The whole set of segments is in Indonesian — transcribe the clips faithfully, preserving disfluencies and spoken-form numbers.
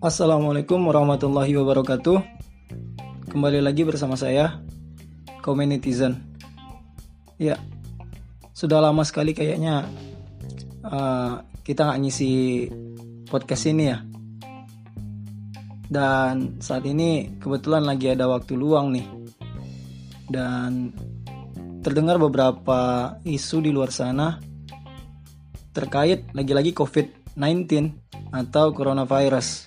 Assalamualaikum warahmatullahi wabarakatuh. Kembali lagi bersama saya, Komenitizen. Ya, sudah lama sekali kayaknya uh, kita nggak ngisi podcast ini ya. Dan saat ini kebetulan lagi ada waktu luang nih. Dan terdengar beberapa isu di luar sana terkait lagi-lagi covid sembilan belas atau coronavirus.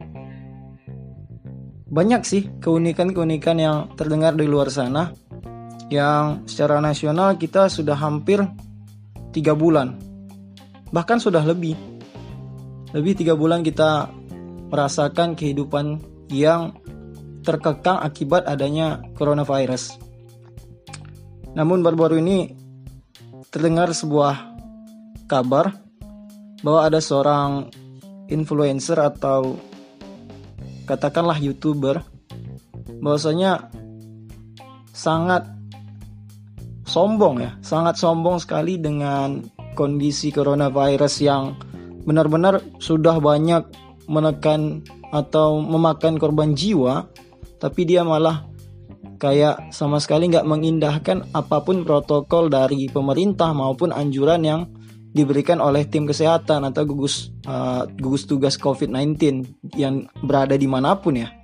Banyak sih keunikan-keunikan yang terdengar di luar sana, yang secara nasional kita sudah hampir tiga bulan, bahkan sudah lebih lebih tiga bulan kita merasakan kehidupan yang terkekang akibat adanya coronavirus. Namun baru-baru ini terdengar sebuah kabar bahwa ada seorang influencer atau katakanlah YouTuber bahwasanya sangat sombong ya, sangat sombong sekali dengan kondisi coronavirus yang benar-benar sudah banyak menekan atau memakan korban jiwa, tapi dia malah kayak sama sekali nggak mengindahkan apapun protokol dari pemerintah maupun anjuran yang diberikan oleh tim kesehatan atau gugus uh, gugus tugas covid sembilan belas yang berada dimanapun ya.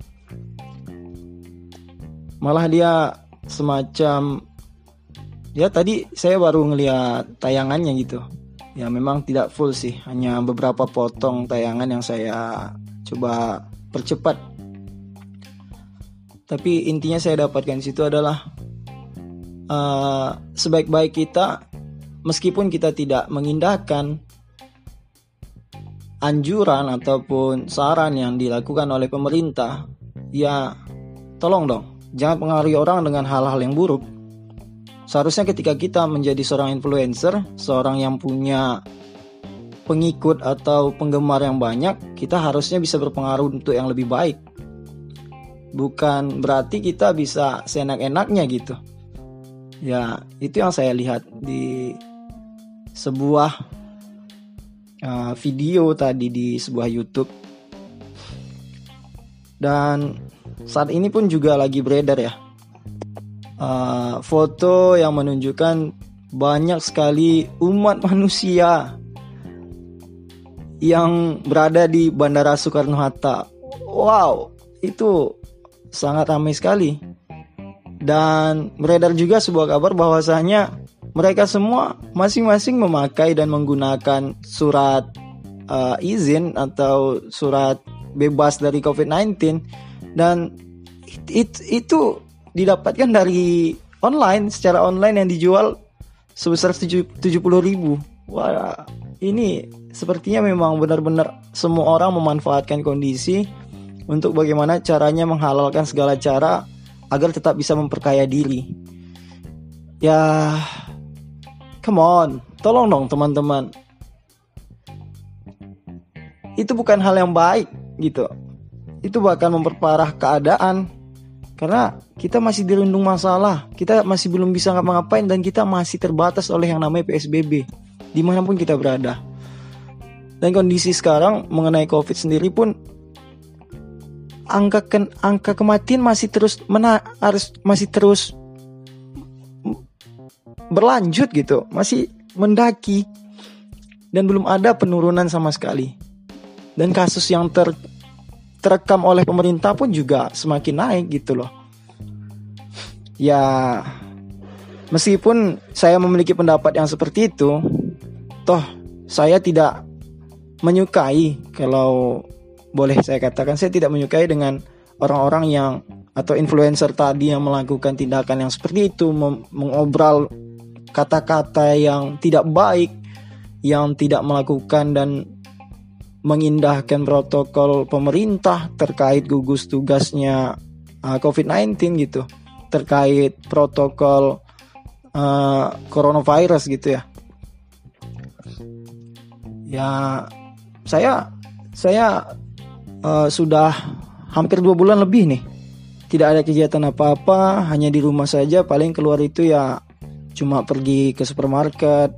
Malah dia semacam, ya tadi saya baru ngeliat tayangannya gitu. Ya memang tidak full sih, hanya beberapa potong tayangan yang saya coba percepat. Tapi intinya saya dapatkan di situ adalah uh, sebaik-baik kita, meskipun kita tidak mengindahkan anjuran ataupun saran yang dilakukan oleh pemerintah, ya tolong dong, jangan pengaruhi orang dengan hal-hal yang buruk. Seharusnya ketika kita menjadi seorang influencer, seorang yang punya pengikut atau penggemar yang banyak, kita harusnya bisa berpengaruh untuk yang lebih baik. Bukan berarti kita bisa seenak-enaknya gitu. Ya, itu yang saya lihat di sebuah uh, video tadi di sebuah YouTube. Dan saat ini pun juga lagi beredar ya uh, foto yang menunjukkan banyak sekali umat manusia yang berada di Bandara Soekarno-Hatta. Wow, itu sangat ramai sekali. Dan beredar juga sebuah kabar bahwasanya mereka semua masing-masing memakai dan menggunakan surat uh, izin atau surat bebas dari covid sembilan belas, dan it, it, itu didapatkan dari online, secara online yang dijual sebesar tujuh puluh ribu. Wah, ini sepertinya memang benar-benar semua orang memanfaatkan kondisi untuk bagaimana caranya menghalalkan segala cara agar tetap bisa memperkaya diri. Ya, come on, tolong dong teman-teman. Itu bukan hal yang baik gitu. Itu bahkan memperparah keadaan. Karena kita masih dirundung masalah, kita masih belum bisa ngapa-ngapain, dan kita masih terbatas oleh yang namanya P S B B dimanapun kita berada. Dan kondisi sekarang mengenai COVID sendiri pun, angka ken, angka kematian masih terus mena, harus masih terus berlanjut gitu, masih mendaki, dan belum ada penurunan sama sekali. Dan kasus yang ter, terekam oleh pemerintah pun juga semakin naik gitu loh. Ya, meskipun saya memiliki pendapat yang seperti itu, toh saya tidak menyukai, kalau boleh saya katakan, saya tidak menyukai dengan orang-orang yang atau influencer tadi yang melakukan tindakan yang seperti itu, mem- mengobral kata-kata yang tidak baik, yang tidak melakukan dan mengindahkan protokol pemerintah terkait gugus tugasnya uh, covid sembilan belas gitu, terkait protokol uh, coronavirus gitu ya. Ya, saya saya uh, sudah hampir dua bulan lebih nih tidak ada kegiatan apa-apa, hanya di rumah saja. Paling keluar itu ya cuma pergi ke supermarket,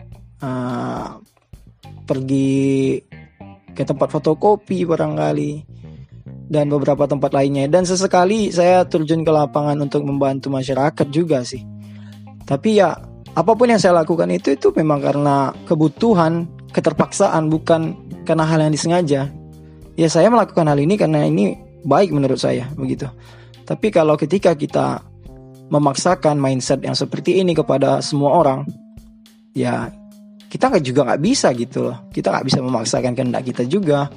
uh, pergi ke tempat fotokopi barangkali, dan beberapa tempat lainnya. Dan sesekali saya terjun ke lapangan untuk membantu masyarakat juga sih. Tapi ya apapun yang saya lakukan itu itu memang karena kebutuhan, keterpaksaan, bukan karena hal yang disengaja. Ya saya melakukan hal ini karena ini baik menurut saya, begitu. Tapi kalau ketika kita memaksakan mindset yang seperti ini kepada semua orang, ya kita nggak juga nggak bisa gitu loh. Kita nggak bisa memaksakan kehendak kita juga.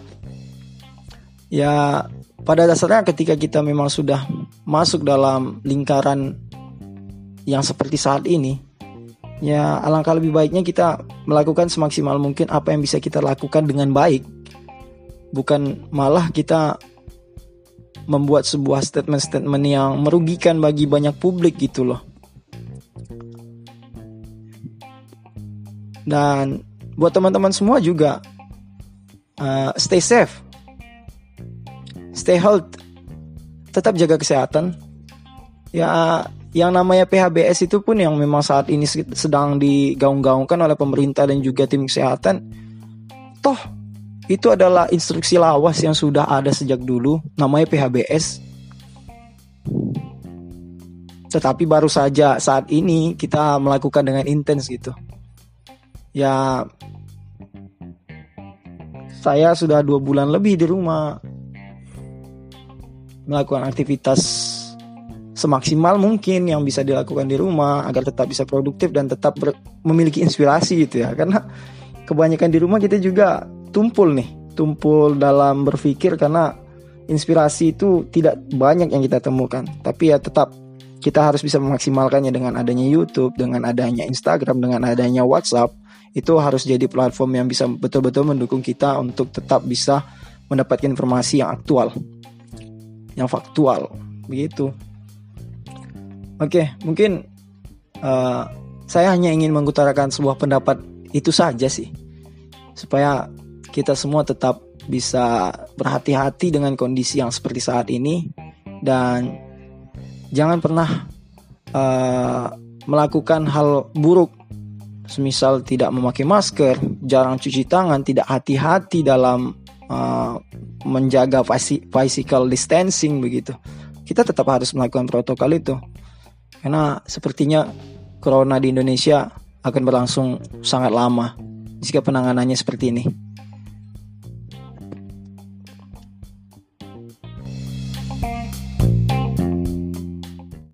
Ya pada dasarnya ketika kita memang sudah masuk dalam lingkaran yang seperti saat ini, ya alangkah lebih baiknya kita melakukan semaksimal mungkin apa yang bisa kita lakukan dengan baik. Bukan malah kita membuat sebuah statement-statement yang merugikan bagi banyak publik gitu loh. Dan buat teman-teman semua juga, uh, stay safe, stay healthy, tetap jaga kesehatan. Ya, yang namanya P H B S itu pun yang memang saat ini sedang digaung-gaungkan oleh pemerintah dan juga tim kesehatan. Toh itu adalah instruksi lawas yang sudah ada sejak dulu, namanya P H B S. Tetapi baru saja saat ini kita melakukan dengan intens gitu. Ya, saya sudah dua bulan lebih di rumah, melakukan aktivitas semaksimal mungkin yang bisa dilakukan di rumah agar tetap bisa produktif dan tetap ber- memiliki inspirasi gitu ya. Karena kebanyakan di rumah kita juga tumpul nih, tumpul dalam berpikir karena inspirasi itu tidak banyak yang kita temukan. Tapi ya tetap kita harus bisa memaksimalkannya dengan adanya YouTube, dengan adanya Instagram, dengan adanya WhatsApp. Itu harus jadi platform yang bisa betul-betul mendukung kita untuk tetap bisa mendapatkan informasi yang aktual, yang faktual, begitu. Oke, mungkin uh, saya hanya ingin mengutarakan sebuah pendapat itu saja sih, supaya kita semua tetap bisa berhati-hati dengan kondisi yang seperti saat ini. Dan jangan pernah uh, melakukan hal buruk, semisal tidak memakai masker, jarang cuci tangan, tidak hati-hati dalam uh, menjaga physical distancing begitu. Kita tetap harus melakukan protokol itu, karena sepertinya corona di Indonesia akan berlangsung sangat lama jika penanganannya seperti ini.